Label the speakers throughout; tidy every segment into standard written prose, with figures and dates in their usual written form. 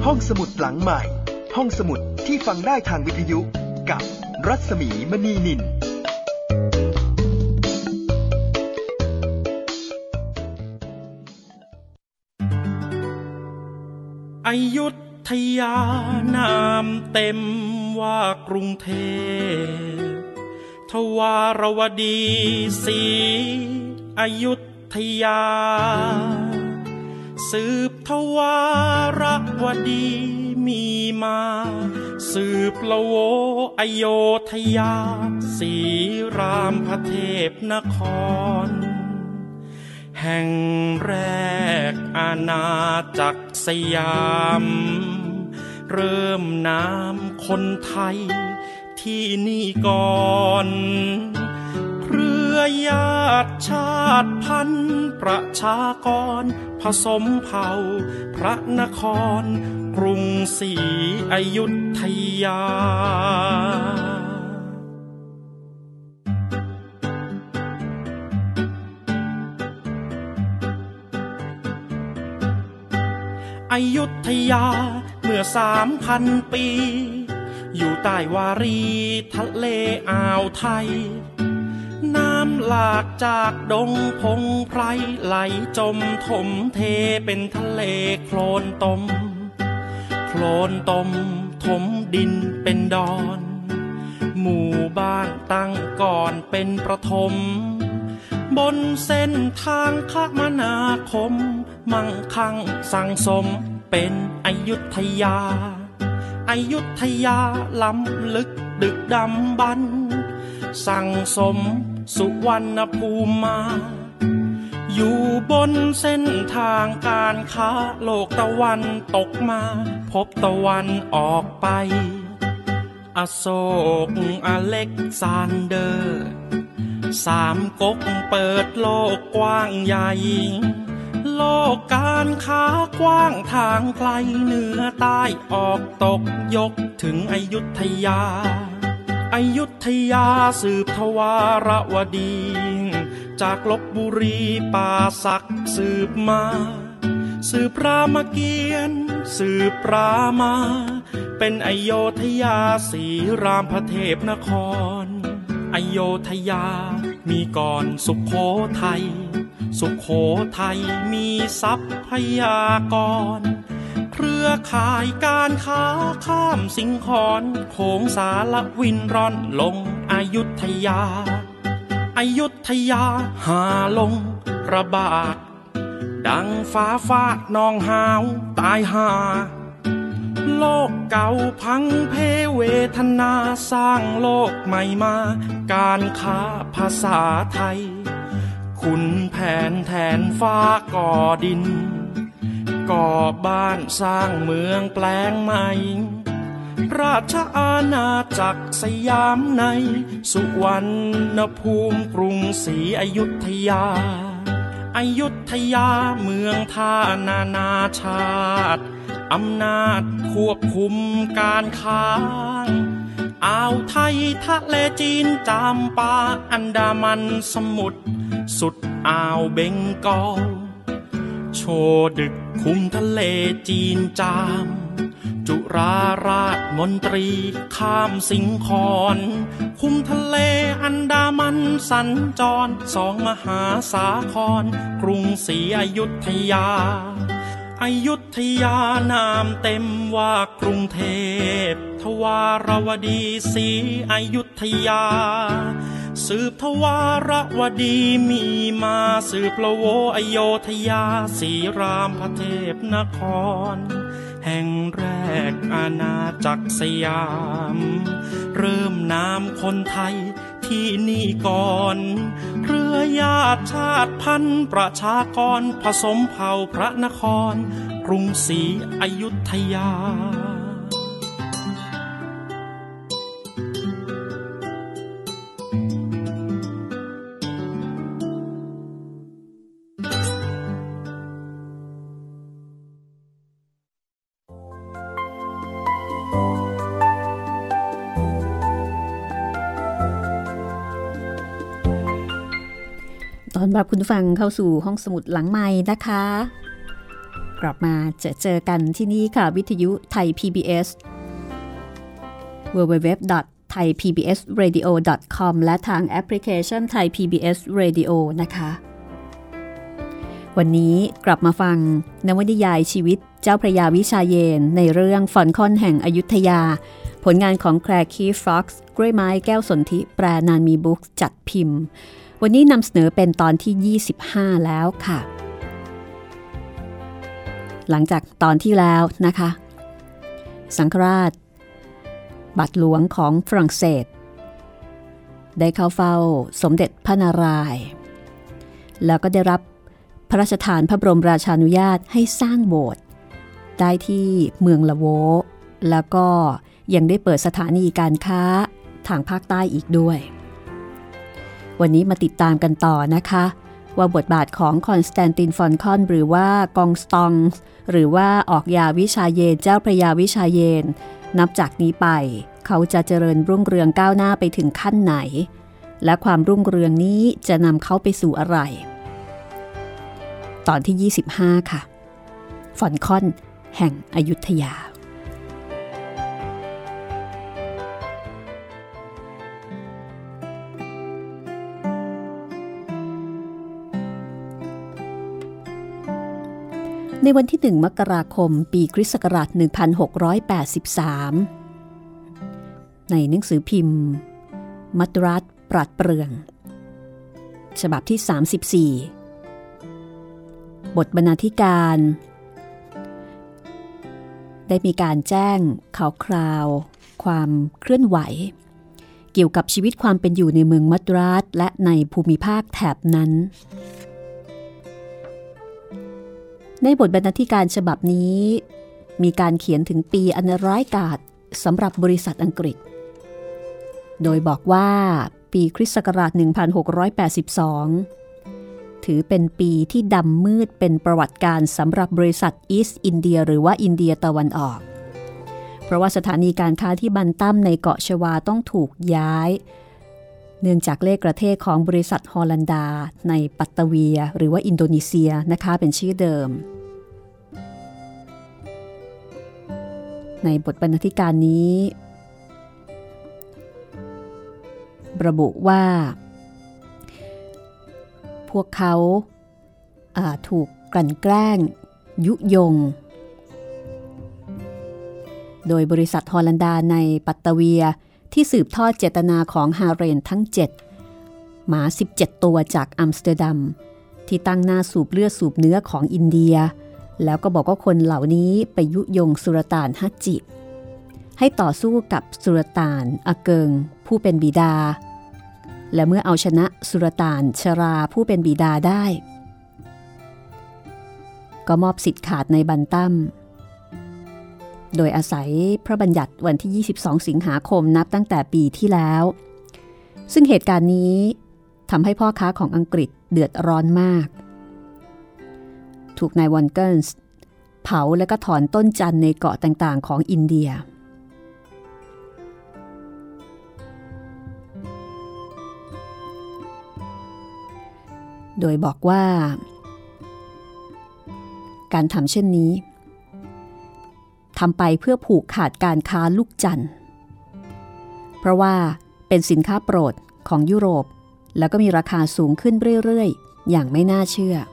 Speaker 1: ห้องสมุดหลังใหม่ห้องสมุดที่ฟังได้ทางวิทยุกับรัศมีมณีนิน
Speaker 2: อยุธยานามเต็มว่ากรุงเทพทวารวดีศรีอยุธยาสืบทวารวดีมีมาสืบละโวอโยธยาศรีรามพระเทพนครแห่งแรกอาณาจักรสยามเริ่มน้ำคนไทยที่นี่ก่อนเครือญาติชาติพันธุ์ประชากรผสมเผ่าพระนครกรุงศรีอยุธยาอยุธยาเมื่อ 3,000 ปีอยู่ใต้วารีทะเลอ่าวไทยน้ำหลากจากดงพงไพรไหลจมถมเทเป็นทะเลโคลนตมถมดินเป็นดอนหมู่บ้านตั้งก่อนเป็นประถมบนเส้นทางคมนาคมมั่งคั่งสังสมเป็นอยุธยาอยุธยาล้ำลึกดึกดำบรรพ์สังสมสุวรรณภูมิมาอยู่บนเส้นทางการค้าโลกตะวันตกมาพบตะวันออกไปอโศกอเล็กซานเดอร์สามก๊กเปิดโลกกว้างใหญ่โลกการค้ากว้างทางไกลเหนือใต้ออกตกยกถึงอยุธยาอยุธยาสืบทวารวดีจากลพบุรีป่าสักสืบมาสืบรามเกียรติสืบรามาเป็นอโยธยาศรีรามพระเทพนครอโยธยามีก่อนสุโขทัยสุโขทัยมีทรัพยากรเครือข่ายการค้าข้ามสิงขรโขงสารวินร่อนลงอยุธยาอยุธยาหาลงระบาดดังฟ้าฟาดนองหาวตายหาโลกเก่าพังเพเวทนาสร้างโลกใหม่มาการค้าภาษาไทยขุนแผนแทนฟ้าก่อดินก่อบ้านสร้างเมืองแปลงใหม่ราชอาณาจักรสยามในสุวรรณภูมิกรุงศรีอยุธยาอยุธยาเมืองท่านานาชาติอำนาจควบคุมการค้าอ่าวไทยทะเลจีนจามปาอันดามันสมุทรสุดอ่าวเบงกอลโชดึกคุมทะเลจีนจามจุฬาราชมนตรีข้ามสิงขรคุมทะเลอันดามันสัญจรสองมหาสาครกรุงศรีอยุธยาอยุธยานามเต็มว่ากรุงเทพทวารวดีศรีอยุธยาสืบทวารวดีมีมาสืบละโวอโยธยาศรีรามพระเทพนครแห่งแรกอาณาจักรสยามเริ่มนามคนไทยที่นี่ก่อนเครือญาติชาติพันธุ์ประชากรผสมเผ่าพระนครกรุงศรีอยุธยา
Speaker 3: ต้อนรับคุณผู้ฟังเข้าสู่ห้องสมุดหลังไมค์นะคะกลับมาเจอกันที่นี่ค่ะวิทยุไทย PBS www.thaipbsradio.com และทางแอปพลิเคชัน Thai PBS Radio นะคะวันนี้กลับมาฟังนวนิยายชีวิตเจ้าพระยาวิชาเยนในเรื่องฟอนคอนแห่งอยุธยาผลงานของแคลร์คีฟ็อกซ์กล้วยไม้แก้วสนธิแปลนานมีบุ๊กจัดพิมพ์วันนี้นำเสนอเป็นตอนที่25แล้วค่ะหลังจากตอนที่แล้วนะคะสังฆราชบาทหลวงของฝรั่งเศสได้เข้าเฝ้าสมเด็จพระนารายณ์แล้วก็ได้รับพระราชทานพระบรมราชานุญาตให้สร้างโบสถ์ได้ที่เมืองละโวแล้วก็ยังได้เปิดสถานีการค้าทางภาคใต้อีกด้วยวันนี้มาติดตามกันต่อนะคะว่าบทบาทของคอนสแตนตินฟอนคอนหรือว่ากองสตองหรือว่าออกยาวิชาเยนเจ้าพระยาวิชาเยนนับจากนี้ไปเขาจะเจริญรุ่งเรืองก้าวหน้าไปถึงขั้นไหนและความรุ่งเรืองนี้จะนำเขาไปสู่อะไรตอนที่25ค่ะฟอนคอนแห่งอยุธยาในวันที่1 มกราคมปีคริสต์ศักราช 1683 ในหนังสือพิมพ์มัตรัสปราดเปรื่องฉบับที่ 34 บทบรรณาธิการได้มีการแจ้งข่าวคราวความเคลื่อนไหวเกี่ยวกับชีวิตความเป็นอยู่ในเมืองมัตรัสและในภูมิภาคแถบนั้นในบทบรรณาธิการฉบับนี้มีการเขียนถึงปีอันร้ายกาจสำหรับบริษัทอังกฤษโดยบอกว่าปีคริสต์ศักราช 1682 ถือเป็นปีที่ดำมืดเป็นประวัติการสำหรับบริษัทอีสต์อินเดียหรือว่าอินเดียตะวันออกเพราะว่าสถานีการค้าที่บันตัมในเกาะชวาต้องถูกย้ายเนื่องจากเลขประเทศของบริษัทฮอลันดาในปัตตาเวียหรือว่าอินโดนีเซียนะคะเป็นชื่อเดิมในบทบรรณาธิการนี้ระบุว่าพวกเขาถูกกลั่นแกล้งยุยงโดยบริษัทฮอลันดาในปัตตาเวียที่สืบทอดเจตนาของฮาเรนทั้ง7หมา17ตัวจากอัมสเตอร์ดัมที่ตั้งหน้าสูบเลือดสูบเนื้อของอินเดียแล้วก็บอกว่าคนเหล่านี้ไปยุยงสุลต่านฮัจจิให้ต่อสู้กับสุลต่านอาเกิงผู้เป็นบิดาและเมื่อเอาชนะสุลต่านชราผู้เป็นบิดาได้ก็มอบสิทธิ์ขาดในบันตัมโดยอาศัยพระบัญญัติวันที่22สิงหาคมนับตั้งแต่ปีที่แล้วซึ่งเหตุการณ์นี้ทำให้พ่อค้าของอังกฤษเดือดร้อนมากถูกนายวอนเกิลส์เผาและก็ถอนต้นจันทร์ในเกาะต่างๆของอินเดียโดยบอกว่าการทำเช่นนี้ทำไปเพื่อผูกขาดการค้าลูกจันทร์เพราะว่าเป็นสินค้าโปรดของยุโรปแล้วก็มีราคาสูงขึ้นเรื่อยๆอย่างไม่น่าเชื่อ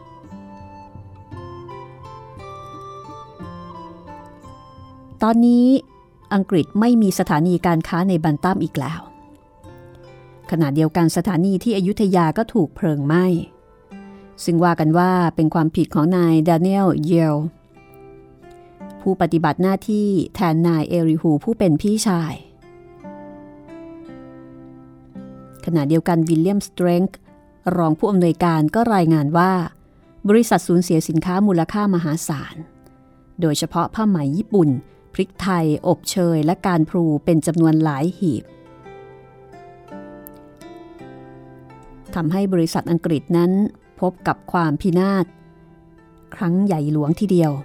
Speaker 3: ตอนนี้อังกฤษไม่มีสถานีการค้าในบันตัมอีกแล้วขณะเดียวกันสถานีที่อยุธยาก็ถูกเพลิงไหม้ซึ่งว่ากันว่าเป็นความผิดของนายดานิเอลเยลผู้ปฏิบัติหน้าที่แทนนายเอริฮูผู้เป็นพี่ชายขณะเดียวกันวิลเลียมสเตรนท์รองผู้อำนวยการก็รายงานว่าบริษัทสูญเสียสินค้ามูลค่ามหาศาลโดยเฉพาะผ้าไหมญี่ปุ่นพริกไทยอบเชยและการพลูเป็นจำนวนหลายหีบทำให้บริษัทอังกฤษนั้นพบกับความพินาศครั้งใหญ่หลวงทีเดียว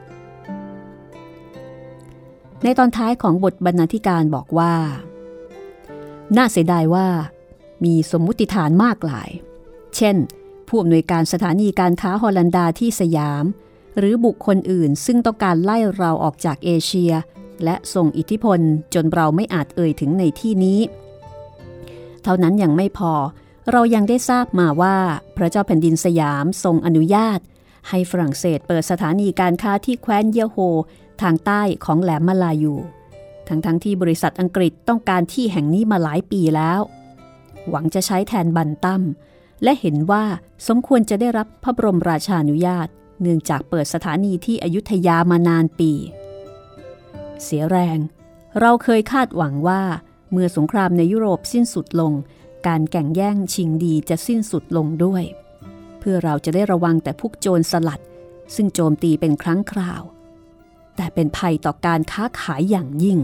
Speaker 3: ในตอนท้ายของบทบรรณาธิการบอกว่าน่าเสียดายว่ามีสมมุติฐานมากหลายเช่นผู้อำนวยการสถานีการค้าฮอลันดาที่สยามหรือบุคคลอื่นซึ่งต้องการไล่เราออกจากเอเชียและส่งอิทธิพลจนเราไม่อาจเอ่ยถึงในที่นี้เท่านั้นยังไม่พอเรายังได้ทราบมาว่าพระเจ้าแผ่นดินสยามทรงอนุญาตให้ฝรั่งเศสเปิดสถานีการค้าที่แคว้นเยโฮทางใต้ของแหลมมาลายูทั้งที่บริษัทอังกฤษต้องการที่แห่งนี้มาหลายปีแล้วหวังจะใช้แทนบันตั้มและเห็นว่าสมควรจะได้รับพระบรมราชานุญาตเนื่องจากเปิดสถานีที่อยุธยามานานปีเสียแรงเราเคยคาดหวังว่าเมื่อสงครามในยุโรปสิ้นสุดลงการแข่งแย่งชิงดีจะสิ้นสุดลงด้วยเพื่อเราจะได้ระวังแต่พวกโจรสลัดซึ่งโจมตีเป็นครั้งคราวแต่เป็นภัยต่อการค้าขายอย่างยิ่ง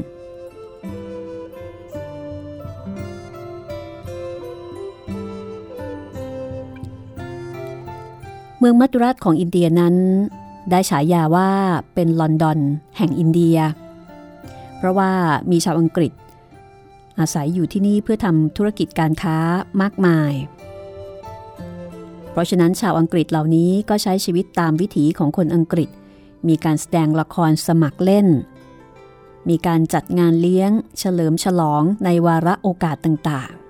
Speaker 3: เมืองมัตุรัสของอินเดียนั้นได้ฉายาว่าเป็นลอนดอนแห่งอินเดียเพราะว่ามีชาวอังกฤษอาศัยอยู่ที่นี่เพื่อทำธุรกิจการค้ามากมายเพราะฉะนั้นชาวอังกฤษเหล่านี้ก็ใช้ชีวิตตามวิถีของคนอังกฤษมีการแสดงละครสมัครเล่นมีการจัดงานเลี้ยงเฉลิมฉลองในวาระโอกาสต่าง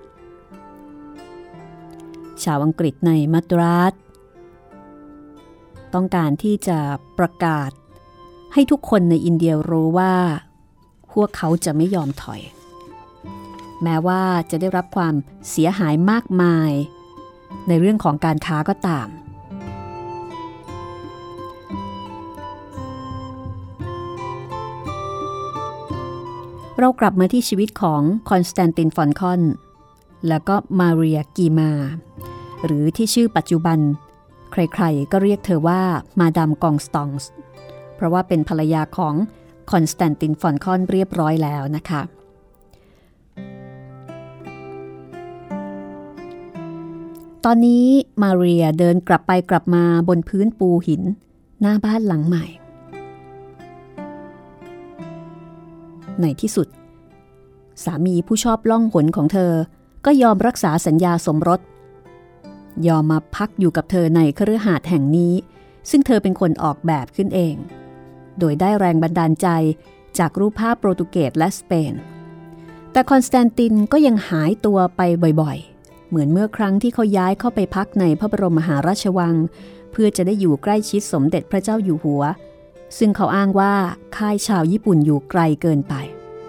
Speaker 3: ๆชาวอังกฤษในมัตรัสต้องการที่จะประกาศให้ทุกคนในอินเดียรู้ว่าพวกเขาจะไม่ยอมถอยแม้ว่าจะได้รับความเสียหายมากมายในเรื่องของการค้าก็ตามเรากลับมาที่ชีวิตของคอนสแตนตินฟอนคอนแล้วก็มาเรียกีมาหรือที่ชื่อปัจจุบันใครๆก็เรียกเธอว่ามาดามกองสตองส์เพราะว่าเป็นภรรยาของคอนสแตนตินฟอนคอนเรียบร้อยแล้วนะคะตอนนี้มาเรียเดินกลับไปกลับมาบนพื้นปูหินหน้าบ้านหลังใหม่ในที่สุดสามีผู้ชอบล่องหนของเธอก็ยอมรักษาสัญญาสมรสยอมมาพักอยู่กับเธอในคฤหาสน์แห่งนี้ซึ่งเธอเป็นคนออกแบบขึ้นเองโดยได้แรงบันดาลใจจากรูปภาพโปรตุเกสและสเปนแต่คอนสแตนตินก็ยังหายตัวไปบ่อยๆเหมือนเมื่อครั้งที่เขาย้ายเข้าไปพักในพระบรมมหาราชวังเพื่อจะได้อยู่ใกล้ชิดสมเด็จพระเจ้าอยู่หัวซึ่งเขาอ้างว่าค่ายชาวญี่ปุ่นอยู่ไกลเกินไป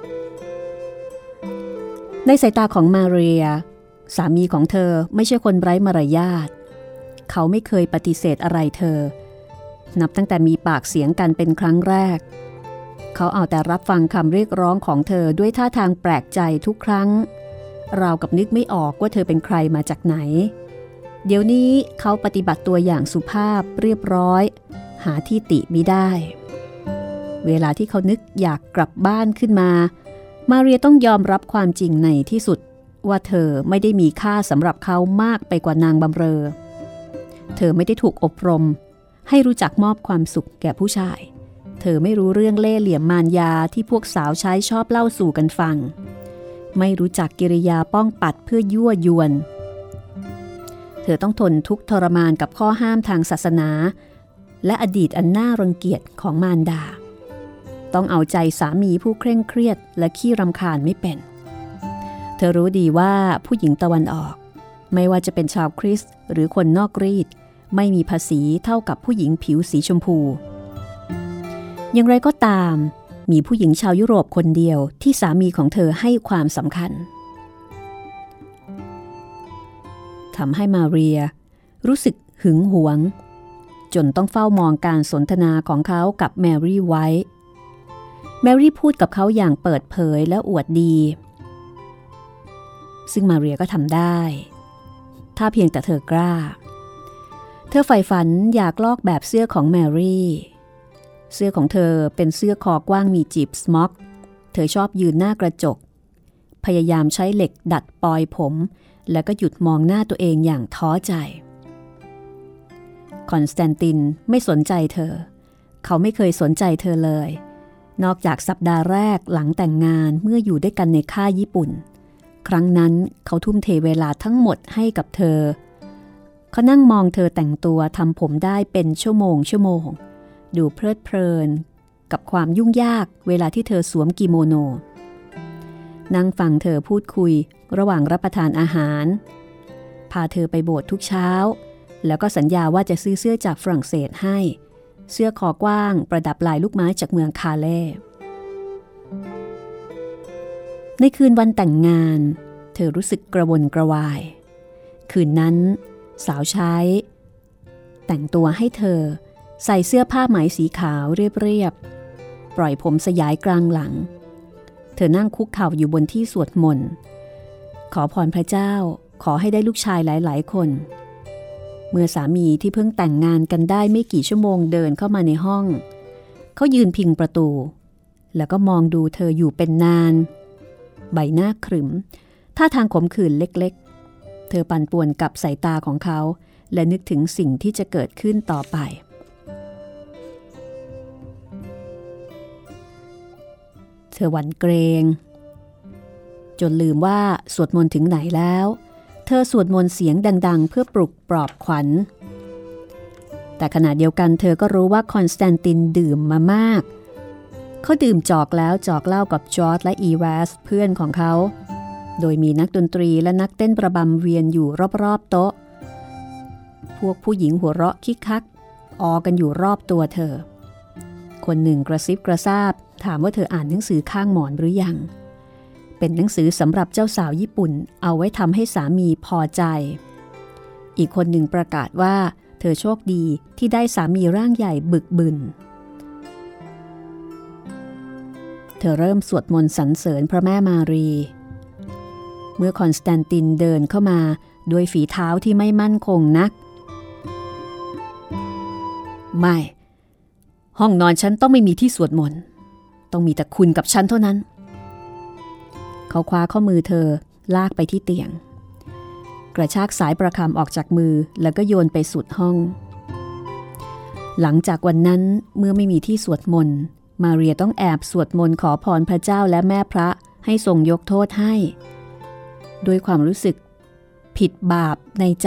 Speaker 3: ในสายตาของมาเรียสามีของเธอไม่ใช่คนไร้มารยาทเขาไม่เคยปฏิเสธอะไรเธอนับตั้งแต่มีปากเสียงกันเป็นครั้งแรกเขาเอาแต่รับฟังคำเรียกร้องของเธอด้วยท่าทางแปลกใจทุกครั้งราวกับนึกไม่ออกว่าเธอเป็นใครมาจากไหนเดี๋ยวนี้เขาปฏิบัติตัวอย่างสุภาพเรียบร้อยหาที่ติมิได้เวลาที่เขานึกอยากกลับบ้านขึ้นมามาเรียต้องยอมรับความจริงในที่สุดว่าเธอไม่ได้มีค่าสำหรับเขามากไปกว่านางบำเรอเธอไม่ได้ถูกอบรมให้รู้จักมอบความสุขแก่ผู้ชายเธอไม่รู้เรื่องเล่ห์เหลี่ยมมารยาที่พวกสาวใช้ชอบเล่าสู่กันฟังไม่รู้จักกิริยาป้องปัดเพื่อยั่วยวนเธอต้องทนทุกข์ทรมานกับข้อห้ามทางศาสนาและอดีตอันน่ารังเกียจของมารดาต้องเอาใจสามีผู้เคร่งเครียดและขี้รำคาญไม่เป็นเธอรู้ดีว่าผู้หญิงตะวันออกไม่ว่าจะเป็นชาวคริสต์หรือคนนอกรีดไม่มีภาษีเท่ากับผู้หญิงผิวสีชมพูอย่างไรก็ตามมีผู้หญิงชาวยุโรปคนเดียวที่สามีของเธอให้ความสำคัญทำให้มาเรียรู้สึกหึงหวงจนต้องเฝ้ามองการสนทนาของเขากับแมรี่ไว้แมรี่พูดกับเขาอย่างเปิดเผยและอวดดีซึ่งมาเรียก็ทำได้ถ้าเพียงแต่เธอกล้าเธอใฝ่ฝันอยากลอกแบบเสื้อของแมรี่เสื้อของเธอเป็นเสื้อคอกว้างมีจีบสม็อกเธอชอบยืนหน้ากระจกพยายามใช้เหล็กดัดปลอยผมแล้วก็หยุดมองหน้าตัวเองอย่างท้อใจคอนสแตนตินไม่สนใจเธอเขาไม่เคยสนใจเธอเลยนอกจากสัปดาห์แรกหลังแต่งงานเมื่ออยู่ด้วยกันในค่ายญี่ปุ่นครั้งนั้นเขาทุ่มเทเวลาทั้งหมดให้กับเธอเขานั่งมองเธอแต่งตัวทำผมได้เป็นชั่วโมงดูเพลิดเพลินกับความยุ่งยากเวลาที่เธอสวมกิโมโนนั่งฟังเธอพูดคุยระหว่างรับประทานอาหารพาเธอไปโบสถ์ทุกเช้าแล้วก็สัญญาว่าจะซื้อเสื้อจากฝรั่งเศสให้เสื้อคอกว้างประดับลายลูกไม้จากเมืองคาเล่ในคืนวันแต่งงานเธอรู้สึกกระวนกระวายคืนนั้นสาวใช้แต่งตัวให้เธอใส่เสื้อผ้าไหมสีขาวเรียบๆปล่อยผมสยายกลางหลังเธอนั่งคุกเข่าอยู่บนที่สวดมนต์ขอพรพระเจ้าขอให้ได้ลูกชายหลายๆคนเมื่อสามีที่เพิ่งแต่งงานกันได้ไม่กี่ชั่วโมงเดินเข้ามาในห้องเขายืนพิงประตูแล้วก็มองดูเธออยู่เป็นนานใบหน้าขรึมท่าทางขมขื่นเล็กๆเธอปั่นป่วนกับสายตาของเขาและนึกถึงสิ่งที่จะเกิดขึ้นต่อไปเธอหวั่นเกรงจนลืมว่าสวดมนต์ถึงไหนแล้วเธอสวดมนต์เสียงดังๆเพื่อปลุกปลอบขวัญแต่ขณะเดียวกันเธอก็รู้ว่าคอนสแตนตินดื่มมามากเขาดื่มจอกแล้วจอกเล่ากับจอร์จและอีวาสเพื่อนของเขาโดยมีนักดนตรีและนักเต้นประบำเวียนอยู่รอบๆโต๊ะพวกผู้หญิงหัวเราะคิกคักออกันอยู่รอบตัวเธอคนหนึ่งกระซิบกระซาบถามว่าเธออ่านหนังสือข้างหมอนหรือยังเป็นหนังสือสำหรับเจ้าสาวญี่ปุ่นเอาไว้ทำให้สามีพอใจอีกคนหนึ่งประกาศว่าเธอโชคดีที่ได้สามีร่างใหญ่บึกบึนเธอเริ่มสวดมนต์สรรเสริญพระแม่มารีเมื่อคอนสแตนตินเดินเข้ามาด้วยฝีเท้าที่ไม่มั่นคงนักไม่ห้องนอนฉันต้องไม่มีที่สวดมนต์ต้องมีแต่คุณกับฉันเท่านั้นเขาคว้าข้อมือเธอลากไปที่เตียงกระชากสายประคำออกจากมือแล้วก็โยนไปสุดห้องหลังจากวันนั้นเมื่อไม่มีที่สวดมนต์มาเรียต้องแอบสวดมนต์ขอพรพระเจ้าและแม่พระให้ทรงยกโทษให้ด้วยความรู้สึกผิดบาปในใจ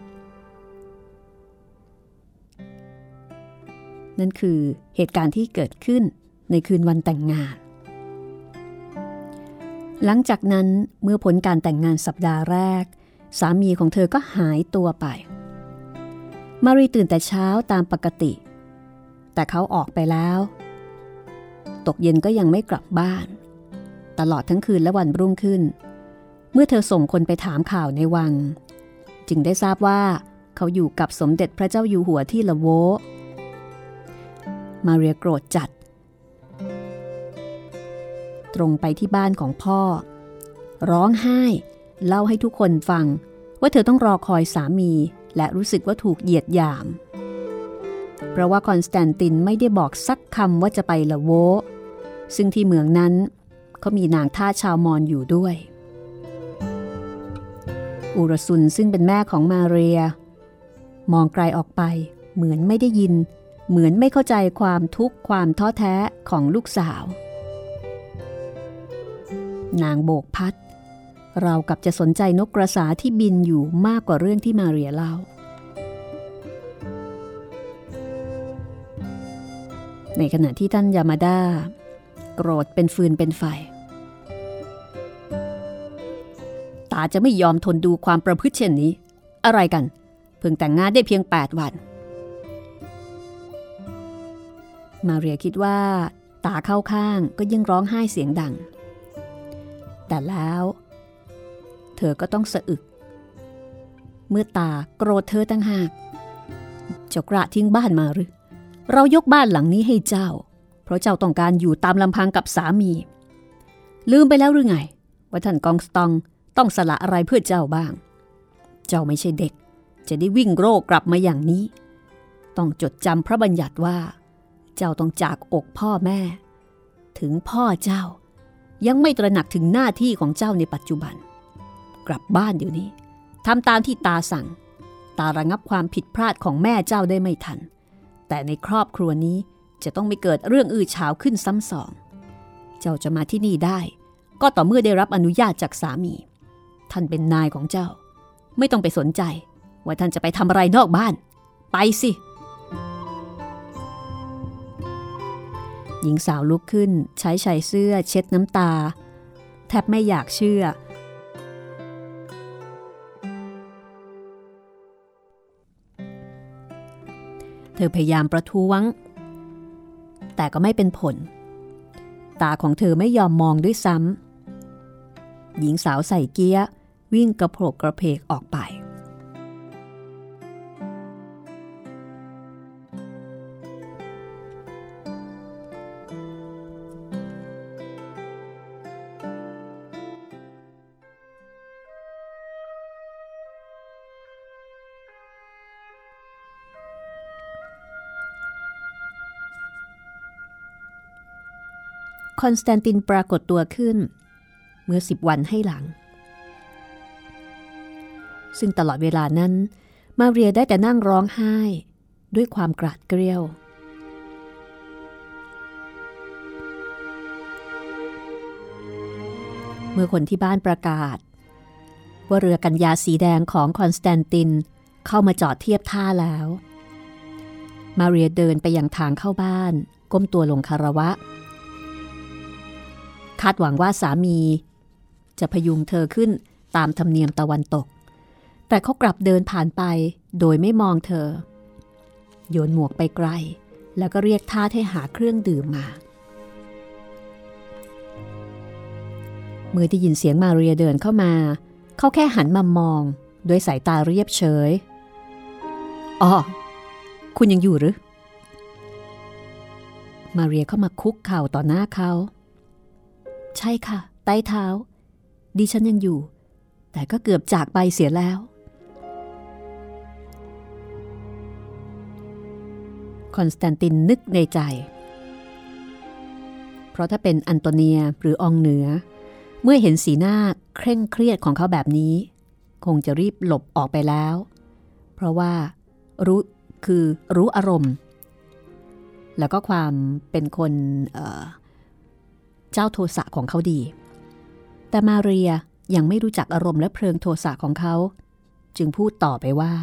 Speaker 3: นั่นคือเหตุการณ์ที่เกิดขึ้นในคืนวันแต่งงานหลังจากนั้นเมื่อผลการแต่งงานสัปดาห์แรกสามีของเธอก็หายตัวไปมารีตื่นแต่เช้าตามปกติแต่เขาออกไปแล้วตกเย็นก็ยังไม่กลับบ้านตลอดทั้งคืนและวันรุ่งขึ้นเมื่อเธอส่งคนไปถามข่าวในวังจึงได้ทราบว่าเขาอยู่กับสมเด็จพระเจ้าอยู่หัวที่ละโวมาเรียโกรธจัดตรงไปที่บ้านของพ่อร้องไห้เล่าให้ทุกคนฟังว่าเธอต้องรอคอยสามีและรู้สึกว่าถูกเหยียดหยามเพราะว่าคอนสแตนตินไม่ได้บอกสักคำว่าจะไปละโวซึ่งที่เมืองนั้นเขามีนางทาสชาวมอญอยู่ด้วยอุรซุนซึ่งเป็นแม่ของมาเรียมองไกลออกไปเหมือนไม่ได้ยินเหมือนไม่เข้าใจความทุกข์ความท้อแท้ของลูกสาวนางโบกพัดเรากับจะสนใจนกกระสาที่บินอยู่มากกว่าเรื่องที่มาเรียเล่าในขณะที่ท่านยามาดาโกรธเป็นฟืนเป็นไฟตาจะไม่ยอมทนดูความประพฤติเช่นนี้อะไรกันเพิ่งแต่งงานได้เพียง8 วันมาเรียคิดว่าตาเข้าข้างก็ยิ่งร้องไห้เสียงดังแต่แล้วเธอก็ต้องสะอึกเมื่อตาโกรธเธอตั้งหากเจ้ากระทิ้งบ้านมาหรือเรายกบ้านหลังนี้ให้เจ้าเพราะเจ้าต้องการอยู่ตามลำพังกับสามีลืมไปแล้วหรือไงว่าท่านกองสตองต้องสละอะไรเพื่อเจ้าบ้างเจ้าไม่ใช่เด็กจะได้วิ่งโร่กลับมาอย่างนี้ต้องจดจำพระบัญญัติว่าเจ้าต้องจากอกพ่อแม่ถึงพ่อเจ้ายังไม่ตระหนักถึงหน้าที่ของเจ้าในปัจจุบันกลับบ้านเดี๋ยวนี้ทำตามที่ตาสั่งตาระงับความผิดพลาดของแม่เจ้าได้ไม่ทันแต่ในครอบครัวนี้จะต้องไม่เกิดเรื่องอื้อฉาวขึ้นซ้ำสองเจ้าจะมาที่นี่ได้ก็ต่อเมื่อได้รับอนุญาตจากสามีท่านเป็นนายของเจ้าไม่ต้องไปสนใจว่าท่านจะไปทำอะไรนอกบ้านไปสิหญิงสาวลุกขึ้นใช้ชายเสื้อเช็ดน้ำตาแทบไม่อยากเชื่อเธอพยายามประท้วงแต่ก็ไม่เป็นผลตาของเธอไม่ยอมมองด้วยซ้ำหญิงสาวใส่เกียร์วิ่งกระโผกกระเพกออกไปคอนสแตนตินปรากฏตัวขึ้นเมื่อ10 วันให้หลังซึ่งตลอดเวลานั้นมาเรียได้แต่นั่งร้องไห้ด้วยความกราดเกรี้ยวเมื่อคนที่บ้านประกาศว่าเรือกัญญาสีแดงของคอนสแตนตินเข้ามาจอดเทียบท่าแล้วมาเรียเดินไปยังทางเข้าบ้านก้มตัวลงคารวะคาดหวังว่าสามีจะพยุงเธอขึ้นตามธรรมเนียมตะวันตกแต่เขากลับเดินผ่านไปโดยไม่มองเธอโยนหมวกไปไกลแล้วก็เรียกทาสให้หาเครื่องดื่มมาเมื่อได้ยินเสียงมาเรียเดินเข้ามาเขาแค่หันมามองด้วยสายตาเรียบเฉยอ๋อคุณยังอยู่หรือมาเรียเข้ามาคุกเข่าต่อหน้าเขาใช่ค่ะใต้เท้าดิฉันยังอยู่แต่ก็เกือบจากไปเสียแล้วคอนสแตนตินนึกในใจเพราะถ้าเป็นอันโตเนียหรืออองเหนือเมื่อเห็นสีหน้าเคร่งเครียดของเขาแบบนี้คงจะรีบหลบออกไปแล้วเพราะว่ารู้อารมณ์แล้วก็ความเป็นคนเจ้าโทสะของเขาดีแต่มาเรียยังไม่รู้จักอารมณ์และเพลิงโทสะของเขาจึงพูดต่อไปว่า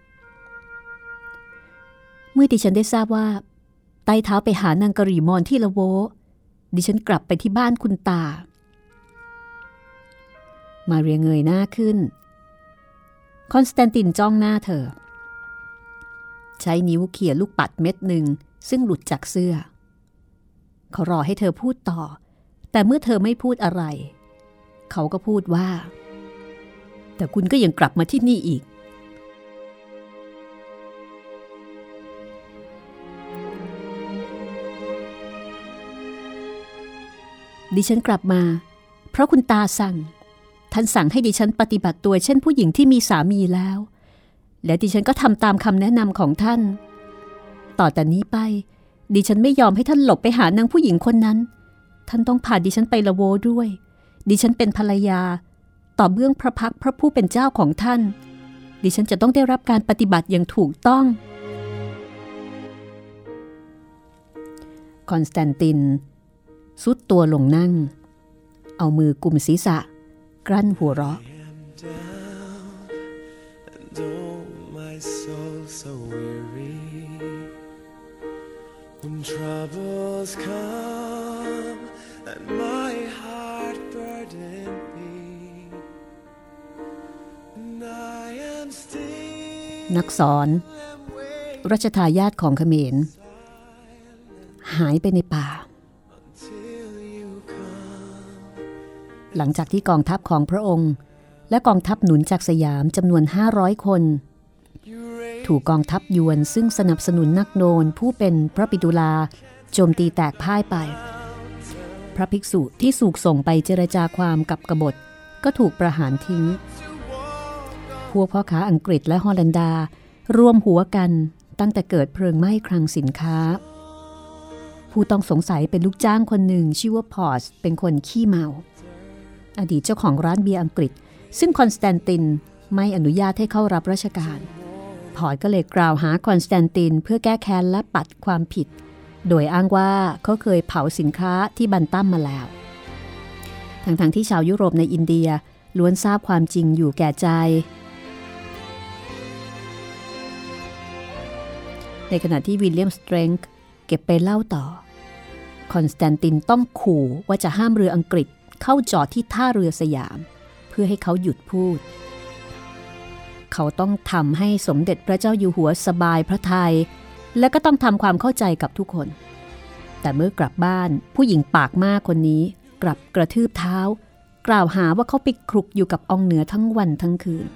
Speaker 3: เมื่อดิฉันได้ทราบว่าไต่เท้าไปหานางกะหรี่มอนที่ละโวดิฉันกลับไปที่บ้านคุณตามาเรียเงยหน้าขึ้นคอนสแตนตินจ้องหน้าเธอใช้นิ้วเขี่ยลูกปัดเม็ดหนึ่งซึ่งหลุดจากเสื้อเขารอให้เธอพูดต่อแต่เมื่อเธอไม่พูดอะไรเขาก็พูดว่าแต่คุณก็ยังกลับมาที่นี่อีกดิฉันกลับมาเพราะคุณตาสั่งท่านสั่งให้ดิฉันปฏิบัติตัวเช่นผู้หญิงที่มีสามีแล้วและดิฉันก็ทำตามคำแนะนำของท่านต่อแต่นี้ไปดิฉันไม่ยอมให้ท่านหลบไปหานางผู้หญิงคนนั้นท่านต้องพาดิฉันไปละโวด้วยดิฉันเป็นภรรยาต่อเบื้องพระพักตร์พระผู้เป็นเจ้าของท่านดิฉันจะต้องได้รับการปฏิบัติอย่างถูกต้องคอนสแตนตินซุดตัวลงนั่งเอามือกุมศีรษะกลั้นหัวเราะWhen troubles come and my heart burden me and I am still นักสอนรัชทายาทของเขมรหายไปในป่าหลังจากที่กองทัพของพระองค์และกองทัพหนุนจากสยามจำนวน500 คนถูกกองทัพยวนซึ่งสนับสนุนนักโนนผู้เป็นพระปิตุลาโจมตีแตกพ่ายไปพระภิกษุที่ถูกส่งไปเจรจาความกับกบฏก็ถูกประหารทิ้งพวกพ่อค้าอังกฤษและฮอลันดารวมหัวกันตั้งแต่เกิดเพลิงไหม้คลังสินค้าผู้ต้องสงสัยเป็นลูกจ้างคนหนึ่งชื่อว่าพอร์สเป็นคนขี้เมาอดีตเจ้าของร้านเบียร์อังกฤษซึ่งคอนสแตนตินไม่อนุญาตให้เข้ารับราชการพอร์ตก็เลยกล่าวหาคอนสแตนตินเพื่อแก้แค้นและปัดความผิดโดยอ้างว่าเขาเคยเผาสินค้าที่บันตั้มมาแล้วทั้งที่ชาวยุโรปในอินเดียล้วนทราบความจริงอยู่แก่ใจในขณะที่วิลเลียมสเตรงค์เก็บไปเล่าต่อคอนสแตนตินต้องขู่ว่าจะห้ามเรืออังกฤษเข้าจอดที่ท่าเรือสยามเพื่อให้เขาหยุดพูดเขาต้องทำให้สมเด็จพระเจ้าอยู่หัวสบายพระทัยและก็ต้องทำความเข้าใจกับทุกคนแต่เมื่อกลับบ้านผู้หญิงปากมากคนนี้กลับกระทืบเท้ากล่าวหาว่าเขาไปคลุกอยู่กับองค์เหนือทั้งวันทั้งคืน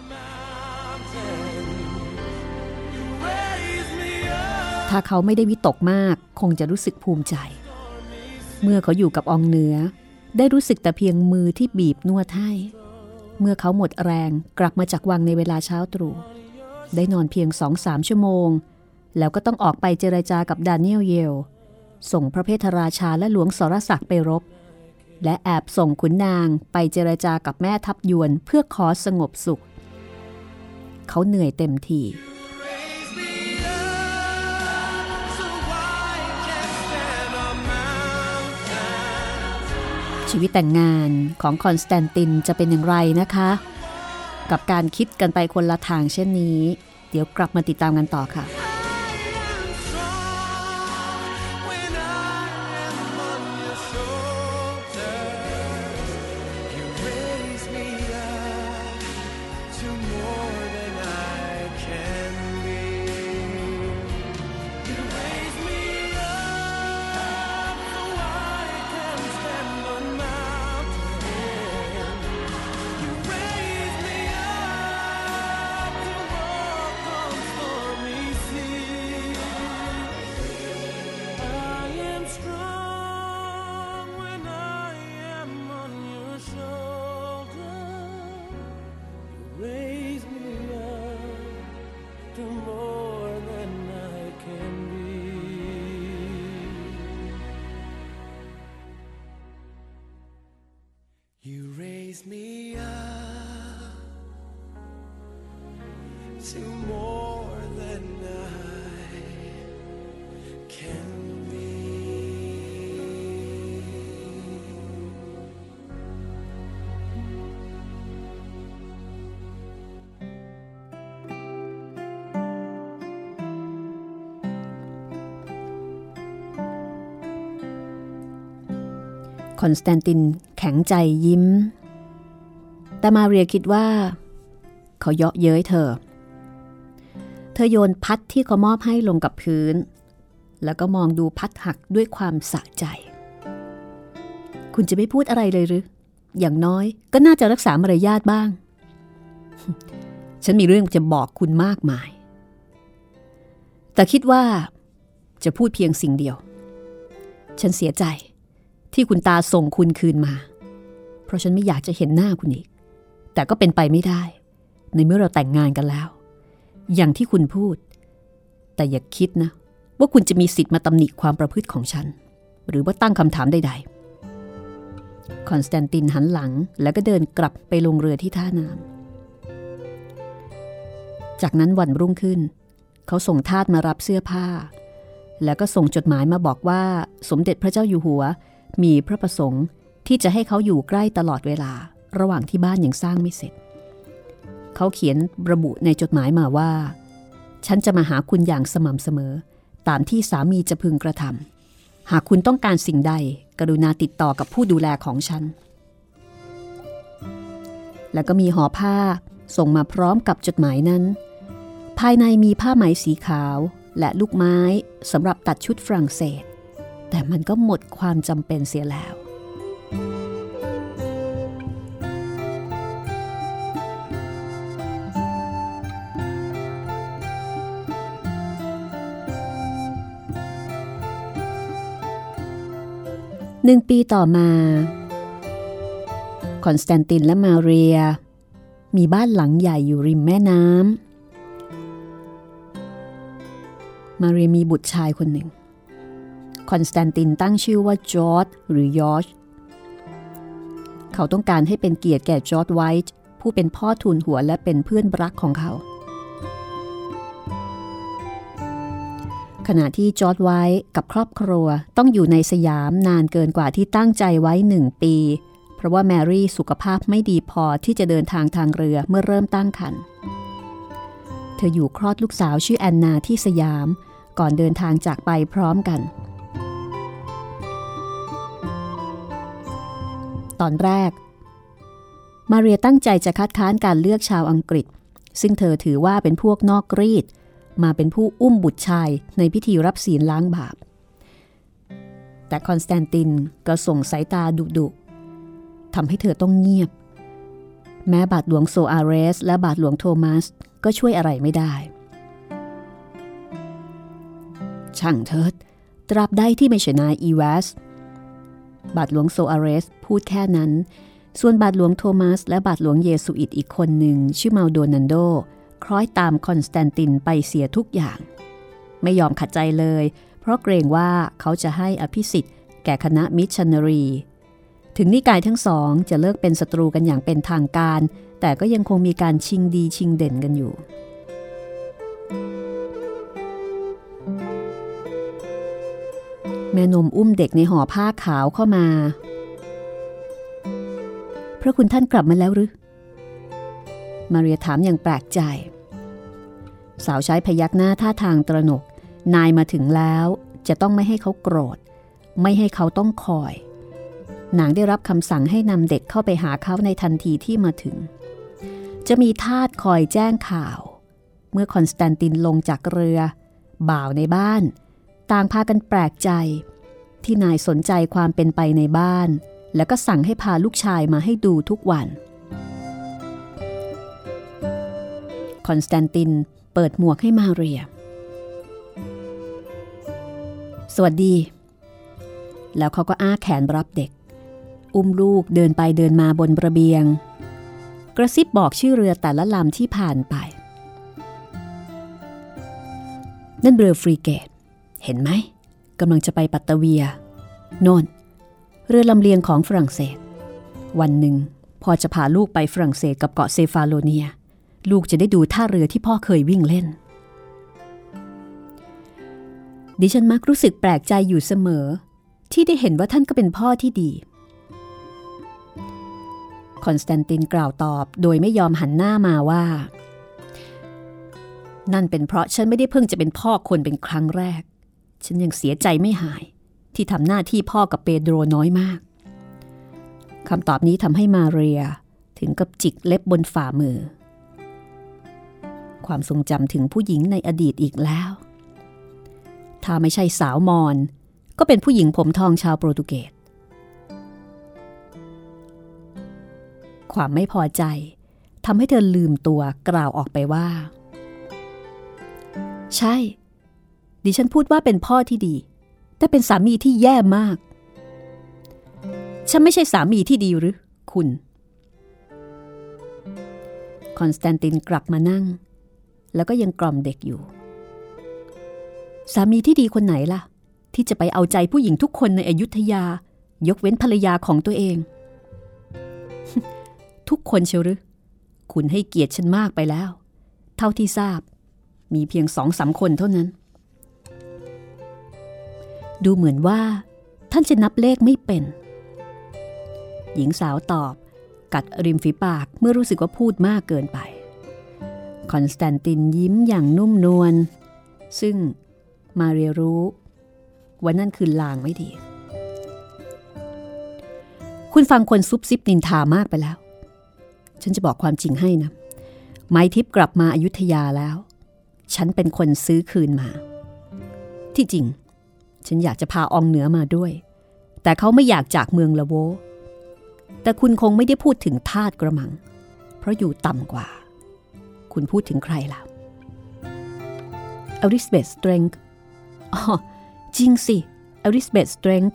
Speaker 3: ถ้าเขาไม่ได้วิตกมากคงจะรู้สึกภูมิใจเมื่อเขาอยู่กับองค์เหนือได้รู้สึกแต่เพียงมือที่บีบนวดให้เมื่อเขาหมดแรงกลับมาจากวังในเวลาเช้าตรู่ได้นอนเพียง 2-3 ชั่วโมงแล้วก็ต้องออกไปเจรจากับดาเนียลเยลส่งพระเพทราชาและหลวงสรศักดิ์ไปรบและแอบส่งขุนนางไปเจรจากับแม่ทัพยวนเพื่อขอสงบสุขเขาเหนื่อยเต็มทีชีวิตแต่งงานของคอนสแตนตินจะเป็นอย่างไรนะคะกับการคิดกันไปคนละทางเช่นนี้เดี๋ยวกลับมาติดตามกันต่อค่ะคอนสแตนตินแข็งใจยิ้มแต่มาเรียคิดว่าเขาเยาะเย้ยเธอโยนพัดที่เขามอบให้ลงกับพื้นแล้วก็มองดูพัดหักด้วยความสะใจคุณจะไม่พูดอะไรเลยหรืออย่างน้อยก็น่าจะรักษามารยาทบ้างฉันมีเรื่องจะบอกคุณมากมายแต่คิดว่าจะพูดเพียงสิ่งเดียวฉันเสียใจที่คุณตาส่งคุณคืนมาเพราะฉันไม่อยากจะเห็นหน้าคุณอีกแต่ก็เป็นไปไม่ได้ในเมื่อเราแต่งงานกันแล้วอย่างที่คุณพูดแต่อย่าคิดนะว่าคุณจะมีสิทธิ์มาตำหนิความประพฤติของฉันหรือว่าตั้งคำถามใดๆคอนสแตนตินหันหลังแล้วก็เดินกลับไปลงเรือที่ท่าน้ำจากนั้นวันรุ่งขึ้นเขาส่งทาสมารับเสื้อผ้าแล้วก็ส่งจดหมายมาบอกว่าสมเด็จพระเจ้าอยู่หัวมีพระประสงค์ที่จะให้เขาอยู่ใกล้ตลอดเวลาระหว่างที่บ้านยังสร้างไม่เสร็จเขาเขียนระบุในจดหมายมาว่าฉันจะมาหาคุณอย่างสม่ำเสมอตามที่สามีจะพึงกระทำหากคุณต้องการสิ่งใดกรุณาติดต่อกับผู้ดูแลของฉันแล้วก็มีห่อผ้าส่งมาพร้อมกับจดหมายนั้นภายในมีผ้าไหมสีขาวและลูกไม้สำหรับตัดชุดฝรั่งเศสแต่มันก็หมดความจำเป็นเสียแล้ว1 ปีต่อมาคอนสแตนตินและมาเรียมีบ้านหลังใหญ่อยู่ริมแม่น้ำมาเรียมีบุตรชายคนหนึ่งคอนสแตนตินตั้งชื่อว่าจอร์จหรือยอร์จเขาต้องการให้เป็นเกียรติแก่จอร์จไวท์ผู้เป็นพ่อทูลหัวและเป็นเพื่อนรักของเขาขณะที่จอร์จไวท์กับครอบครัวต้องอยู่ในสยามนานเกินกว่าที่ตั้งใจไว้1 ปีเพราะว่าแมรี่สุขภาพไม่ดีพอที่จะเดินทางเรือเมื่อเริ่มตั้งครรภ์เธออยู่คลอดลูกสาวชื่อแอนนาที่สยามก่อนเดินทางจากไปพร้อมกันตอนแรกมาเรียตั้งใจจะคัดค้านการเลือกชาวอังกฤษซึ่งเธอถือว่าเป็นพวกนอกรีดมาเป็นผู้อุ้มบุตรชายในพิธีรับศีลล้างบาปแต่คอนสแตนตินก็ส่งสายตาดุๆทำให้เธอต้องเงียบแม้บาทหลวงโซอาเรสและบาทหลวงโทมัสก็ช่วยอะไรไม่ได้ช่างเถิดตราบใดที่ไม่ใช่นายอีวาสบาทหลวงโซอาเรสพูดแค่นั้นส่วนบาทหลวงโทมัสและบาทหลวงเยซูอิตอีกคนหนึ่งชื่อเมาโดนันโดคล้อยตามคอนสแตนตินไปเสียทุกอย่างไม่ยอมขัดใจเลยเพราะเกรงว่าเขาจะให้อภิสิทธิ์แก่คณะมิชชันนารีถึงนิกายทั้งสองจะเลิกเป็นศัตรูกันอย่างเป็นทางการแต่ก็ยังคงมีการชิงดีชิงเด่นกันอยู่แม่นมอุ้มเด็กในห่อผ้าขาวเข้ามาพระคุณท่านกลับมาแล้วหรือมาเรียถามอย่างแปลกใจสาวใช้พยักหน้าท่าทางตระหนกนายมาถึงแล้วจะต้องไม่ให้เขาโกรธไม่ให้เขาต้องคอยนางได้รับคำสั่งให้นำเด็กเข้าไปหาเขาในทันทีที่มาถึงจะมีทาสคอยแจ้งข่าวเมื่อคอนสแตนตินลงจากเรือบ่าวในบ้านต่างพากันแปลกใจที่นายสนใจความเป็นไปในบ้านแล้วก็สั่งให้พาลูกชายมาให้ดูทุกวันคอนสแตนตินเปิดหมวกให้มาเรียสวัสดีแล้วเขาก็อ้าแขนรับเด็กอุ้มลูกเดินไปเดินมาบนระเบียงกระซิบบอกชื่อเรือแต่ละลำที่ผ่านไปนั่นเรือฟรีเกตเห็นไหมกำลังจะไปปัตตาเวียโน่นเรือลำเลียงของฝรั่งเศสวันหนึ่งพอจะพาลูกไปฝรั่งเศสกับเกาะเซฟาโลเนียลูกจะได้ดูท่าเรือที่พ่อเคยวิ่งเล่นดิฉันมักรู้สึกแปลกใจอยู่เสมอที่ได้เห็นว่าท่านก็เป็นพ่อที่ดีคอนสแตนตินกล่าวตอบโดยไม่ยอมหันหน้ามาว่านั่นเป็นเพราะฉันไม่ได้เพิ่งจะเป็นพ่อคนเป็นครั้งแรกฉันยังเสียใจไม่หายที่ทำหน้าที่พ่อกับเปโดรน้อยมากคำตอบนี้ทำให้มาเรียถึงกับจิกเล็บบนฝ่ามือความทรงจำถึงผู้หญิงในอดีตอีกแล้วถ้าไม่ใช่สาวมอญก็เป็นผู้หญิงผมทองชาวโปรตุเกสความไม่พอใจทำให้เธอลืมตัวกล่าวออกไปว่าใช่ดิฉันพูดว่าเป็นพ่อที่ดีแต่เป็นสามีที่แย่มากฉันไม่ใช่สามีที่ดีหรือคุณคอนสแตนตินกลับมานั่งแล้วก็ยังกล่อมเด็กอยู่สามีที่ดีคนไหนล่ะที่จะไปเอาใจผู้หญิงทุกคนในอยุธยายกเว้นภรรยาของตัวเอง ทุกคนเชียวหรือคุณให้เกียรติฉันมากไปแล้วเท่าที่ทราบมีเพียง 2-3 คนเท่านั้นดูเหมือนว่าท่านจะนับเลขไม่เป็นหญิงสาวตอบกัดริมฝีปากเมื่อรู้สึกว่าพูดมากเกินไปคอนสแตนตินยิ้มอย่างนุ่มนวลซึ่งมาเรียรู้ว่านั่นคือลางไม่ดีคุณฟังคนซุบซิบนินทามากไปแล้วฉันจะบอกความจริงให้นะไม้ทิพย์กลับมาอยุธยาแล้วฉันเป็นคนซื้อคืนมาที่จริงฉันอยากจะพาอองเหนือมาด้วยแต่เขาไม่อยากจากเมืองละโวแต่คุณคงไม่ได้พูดถึงทาสกระมังเพราะอยู่ต่ำกว่าคุณพูดถึงใครล่ะอลิซาเบธสเตรงค์อ๋อจริงสิอลิซาเบธสเตรงค์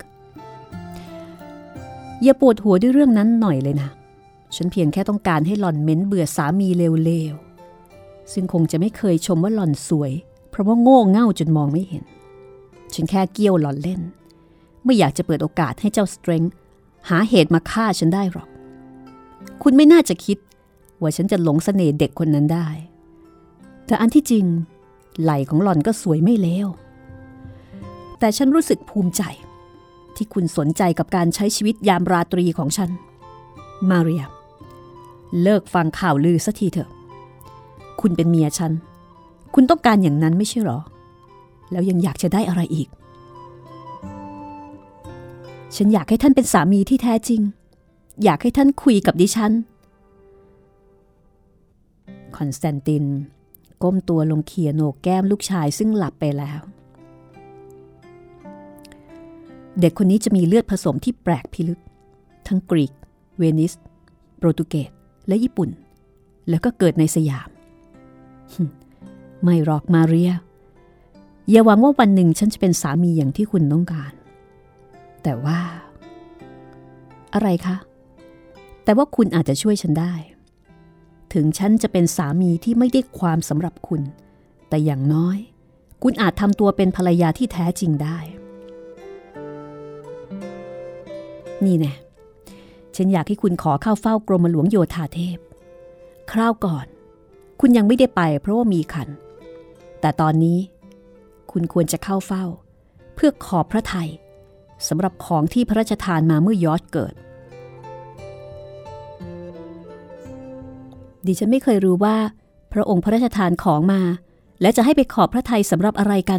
Speaker 3: อย่าปวดหัวด้วยเรื่องนั้นหน่อยเลยนะฉันเพียงแค่ต้องการให้หล่อนเม้นเบื่อสามีเลวๆซึ่งคงจะไม่เคยชมว่าหล่อนสวยเพราะว่าโง่เง่าจนมองไม่เห็นฉันแค่เกี้ยวหล่อนเล่นไม่อยากจะเปิดโอกาสให้เจ้าสเตรงค์หาเหตุมาฆ่าฉันได้หรอกคุณไม่น่าจะคิดว่าฉันจะหลงเสน่ห์เด็กคนนั้นได้แต่อันที่จริงไหล่ของหล่อนก็สวยไม่เลวแต่ฉันรู้สึกภูมิใจที่คุณสนใจกับการใช้ชีวิตยามราตรีของฉันมาเรียเลิกฟังข่าวลือสักทีเถอะคุณเป็นเมียฉันคุณต้องการอย่างนั้นไม่ใช่หรอแล้วยังอยากจะได้อะไรอีกฉันอยากให้ท่านเป็นสามีที่แท้จริงอยากให้ท่านคุยกับดิฉันคอนสแตนตินก้มตัวลงเขี่ยโหนกแก้มลูกชายซึ่งหลับไปแล้วเด็กคนนี้จะมีเลือดผสมที่แปลกพิลึกทั้งกรีกเวนิสโปรตุเกสและญี่ปุ่นแล้วก็เกิดในสยามไม่หรอกมาเรียอย่าหวังว่าวันหนึ่งฉันจะเป็นสามีอย่างที่คุณต้องการแต่ว่าอะไรคะแต่ว่าคุณอาจจะช่วยฉันได้ถึงฉันจะเป็นสามีที่ไม่ได้ความสำหรับคุณแต่อย่างน้อยคุณอาจทำตัวเป็นภรรยาที่แท้จริงได้นี่แน่ฉันอยากให้คุณขอเข้าเฝ้ากรมหลวงโยธาเทพคราวก่อนคุณยังไม่ได้ไปเพราะว่ามีขันแต่ตอนนี้คุณควรจะเข้าเฝ้าเพื่อขอบพระทัยสำหรับของที่พระราชทานมาเมื่อยอร์จเกิดดิฉันไม่เคยรู้ว่าพระองค์พระราชทานของมาและจะให้ไปขอบพระทัยสำหรับอะไรกัน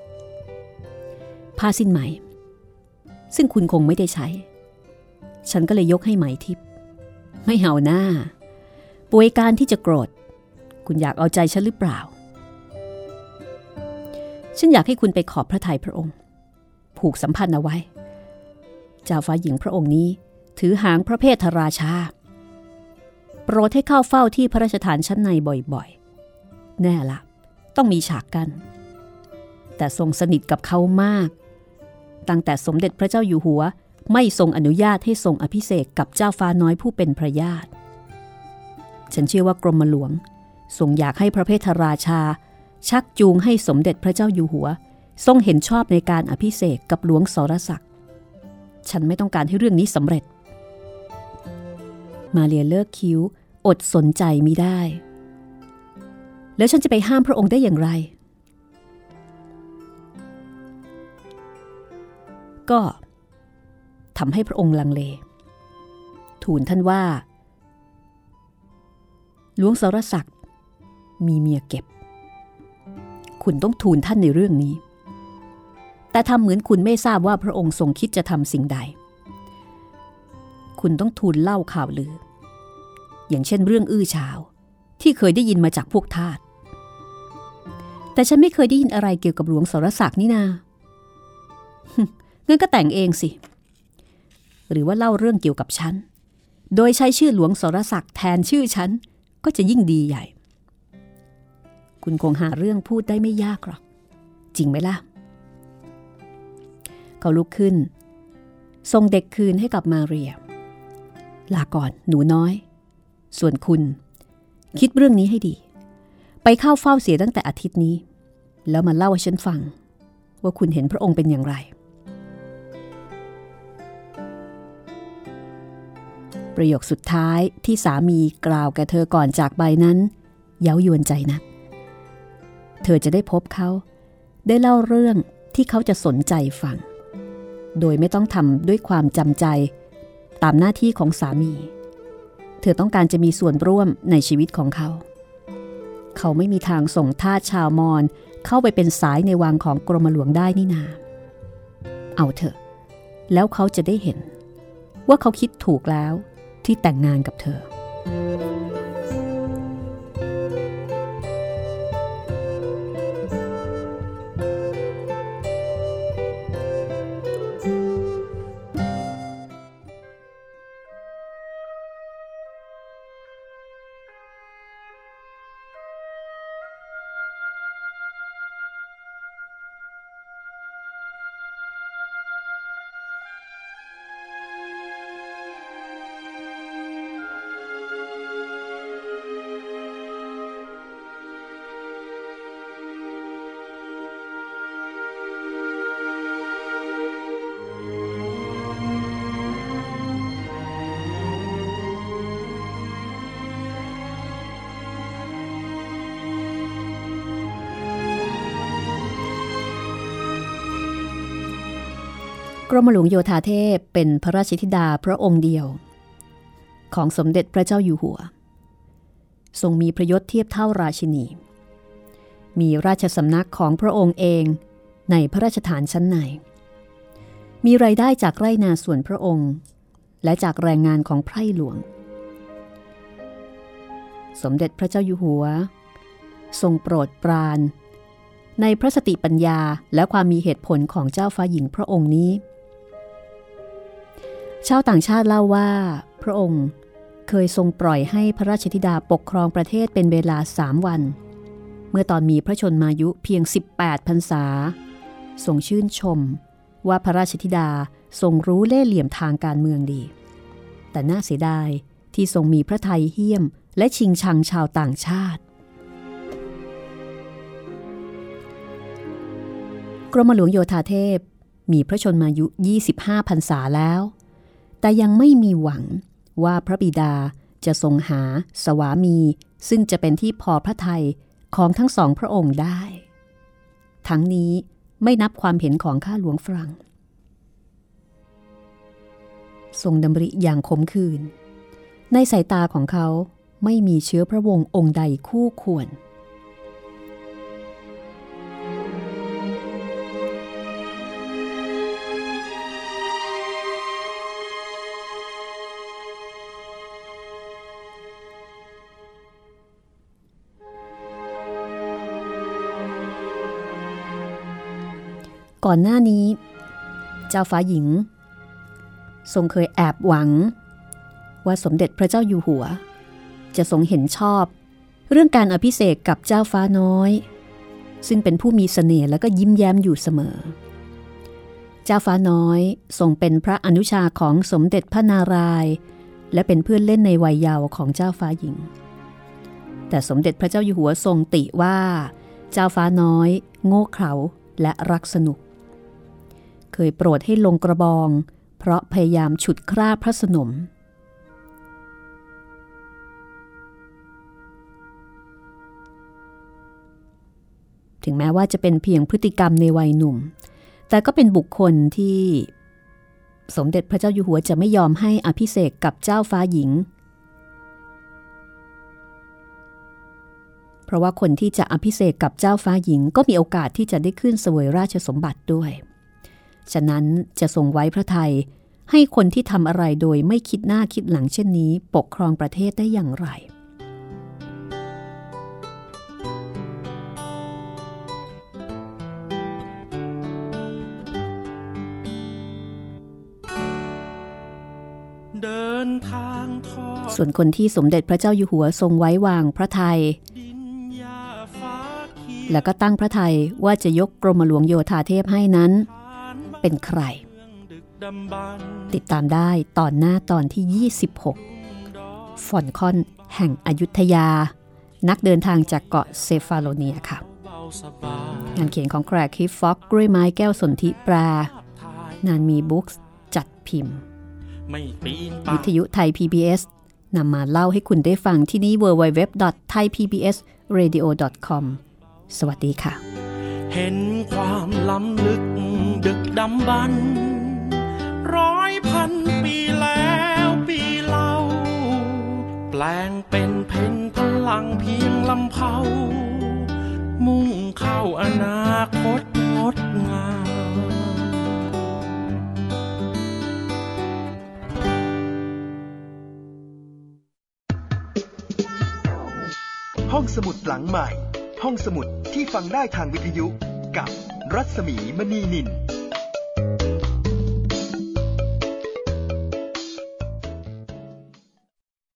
Speaker 3: ผ้าสิ้นไหมซึ่งคุณคงไม่ได้ใช้ฉันก็เลยยกให้ไหมทิพย์ไม่เอาหน้าป่วยการที่จะโกรธคุณอยากเอาใจฉันหรือเปล่าฉันอยากให้คุณไปขอบพระทัยพระองค์ผูกสัมพันธ์เอาไว้เจ้าฟ้าหญิงพระองค์นี้ถือหางพระเพทราชาโปรดให้เข้าเฝ้าที่พระราชฐานชั้นในบ่อยๆแน่ละต้องมีฉากกันแต่ทรงสนิทกับเขามากตั้งแต่สมเด็จพระเจ้าอยู่หัวไม่ทรงอนุญาตให้ทรงอภิเษกกับเจ้าฟ้าน้อยผู้เป็นพระญาติฉันเชื่อว่ากรมหลวงทรงอยากให้พระเพทราชาชักจูงให้สมเด็จพระเจ้าอยู่หัวทรงเห็นชอบในการอภิเษกกับหลวงสรศักดิ์ฉันไม่ต้องการให้เรื่องนี้สำเร็จมาเรียเลิกคิ้วอดสนใจมิได้แล้วฉันจะไปห้ามพระองค์ได้อย่างไรก็ทำให้พระองค์ลังเลทูลท่านว่าหลวงสรศักดิ์มีเมียเก็บคุณต้องทูลท่านในเรื่องนี้แต่ทำเหมือนคุณไม่ทราบว่าพระองค์ทรงคิดจะทำสิ่งใดคุณต้องทูลเล่าข่าวลืออย่างเช่นเรื่องอื้อฉาวที่เคยได้ยินมาจากพวกทาสแต่ฉันไม่เคยได้ยินอะไรเกี่ยวกับหลวงสรศักดิ์นี่นางั้นก็แต่งเองสิหรือว่าเล่าเรื่องเกี่ยวกับฉันโดยใช้ชื่อหลวงสรศักดิ์แทนชื่อฉันก็จะยิ่งดีใหญ่คุณคงหาเรื่องพูดได้ไม่ยากหรอกจริงไหมล่ะเขาลุกขึ้นส่งเด็กคืนให้กับมาเรียลาก่อนหนูน้อยส่วนคุณคิดเรื่องนี้ให้ดีไปเข้าเฝ้าเสียตั้งแต่อาทิตย์นี้แล้วมาเล่าให้ฉันฟังว่าคุณเห็นพระองค์เป็นอย่างไรประโยคสุดท้ายที่สามีกล่าวแก่เธอก่อนจากไปนั้นเย้ายวนใจนักเธอจะได้พบเขาได้เล่าเรื่องที่เขาจะสนใจฟังโดยไม่ต้องทำด้วยความจำใจตามหน้าที่ของสามีเธอต้องการจะมีส่วนร่วมในชีวิตของเขาเขาไม่มีทางส่งทาสชาวมอญเข้าไปเป็นสายในวังของกรมหลวงได้นี่นาเอาเถอะแล้วเขาจะได้เห็นว่าเขาคิดถูกแล้วที่แต่งงานกับเธอ กรมหลวงโยธาเทพเป็นพระราชธิดาพระองค์เดียวของสมเด็จพระเจ้าอยู่หัวทรงมีพระยศเทียบเท่าราชินีมีราชสำนักของพระองค์เองในพระราชฐานชั้นในมีรายได้จากไร่นาส่วนพระองค์และจากแรงงานของไพร่หลวงสมเด็จพระเจ้าอยู่หัวทรงโปรดปรานในพระสติปัญญาและความมีเหตุผลของเจ้าฟ้าหญิงพระองค์นี้ชาวต่างชาติเล่าว่าพระองค์เคยทรงปล่อยให้พระราชธิดาปกครองประเทศเป็นเวลา3 วันเมื่อตอนมีพระชนมายุเพียง18 พรรษาทรงชื่นชมว่าพระราชธิดาทรงรู้เล่ห์เหลี่ยมทางการเมืองดีแต่น่าเสียดายที่ทรงมีพระทัยเหี้ยมและชิงชังชาวต่างชาติกรมหลวงโยธาเทพมีพระชนมายุ25 พรรษาแล้วแต่ยังไม่มีหวังว่าพระบิดาจะทรงหาสวามีซึ่งจะเป็นที่พอพระทัยของทั้งสองพระองค์ได้ทั้งนี้ไม่นับความเห็นของข้าหลวงฝรั่งทรงดำริอย่างขมขื่นในสายตาของเขาไม่มีเชื้อพระวงศ์องค์ใดคู่ควรก่อนหน้านี้เจ้าฟ้าหญิงทรงเคยแอบหวังว่าสมเด็จพระเจ้าอยู่หัวจะทรงเห็นชอบเรื่องการอภิเษกกับเจ้าฟ้าน้อยซึ่งเป็นผู้มีเสน่ห์และก็ยิ้มแย้มอยู่เสมอเจ้าฟ้าน้อยทรงเป็นพระอนุชาของสมเด็จพระนารายณ์และเป็นเพื่อนเล่นในวัยเยาว์ของเจ้าฟ้าหญิงแต่สมเด็จพระเจ้าอยู่หัวทรงติว่าเจ้าฟ้าน้อยโง่เขลาและรักสนุกเคยโปรดให้ลงกระบองเพราะพยายามฉุดคร่าพระสนมถึงแม้ว่าจะเป็นเพียงพฤติกรรมในวัยหนุ่มแต่ก็เป็นบุคคลที่สมเด็จพระเจ้าอยู่หัวจะไม่ยอมให้อภิเษกกับเจ้าฟ้าหญิงเพราะว่าคนที่จะอภิเษกกับเจ้าฟ้าหญิงก็มีโอกาสที่จะได้ขึ้นเสวยราชสมบัติด้วยฉะนั้นจะทรงไว้พระทัยให้คนที่ทำอะไรโดยไม่คิดหน้าคิดหลังเช่นนี้ปกครองประเทศได้อย่างไร
Speaker 2: เดินทางทอด
Speaker 3: ส่วนคนที่สมเด็จพระเจ้าอยู่หัวทรงไว้วางพระทัยและก็ตั้งพระทัยว่าจะยกกรมหลวงโยธาเทพให้นั้นเป็นใครติดตามได้ตอนหน้าตอนที่26ฟ่อนคอนแห่งอยุธยานักเดินทางจากเกาะเซฟาโลเนียค่ะงานเขียนของแคร์คิฟฟ็อกกล้วยไม้แก้วสนธิแปลนานมีบุ๊กส์จัดพิมพ์วิทยุไทย PBS นำมาเล่าให้คุณได้ฟังที่นี้ www.thaipbsradio.com สวัสดีค่ะ
Speaker 2: เห็นความล้ำลึกดึกดำบรรพ์100,000 ปีแล้วปีเล่าแปลงเป็นเพ็ญพลังเพียงลำเผามุ่งเข้าอนาคตงดงาม
Speaker 1: ห้องสมุดหลังใหม่ห้องสมุดที่ฟังได้ทางวิทยุกับรัศมีมณีนิน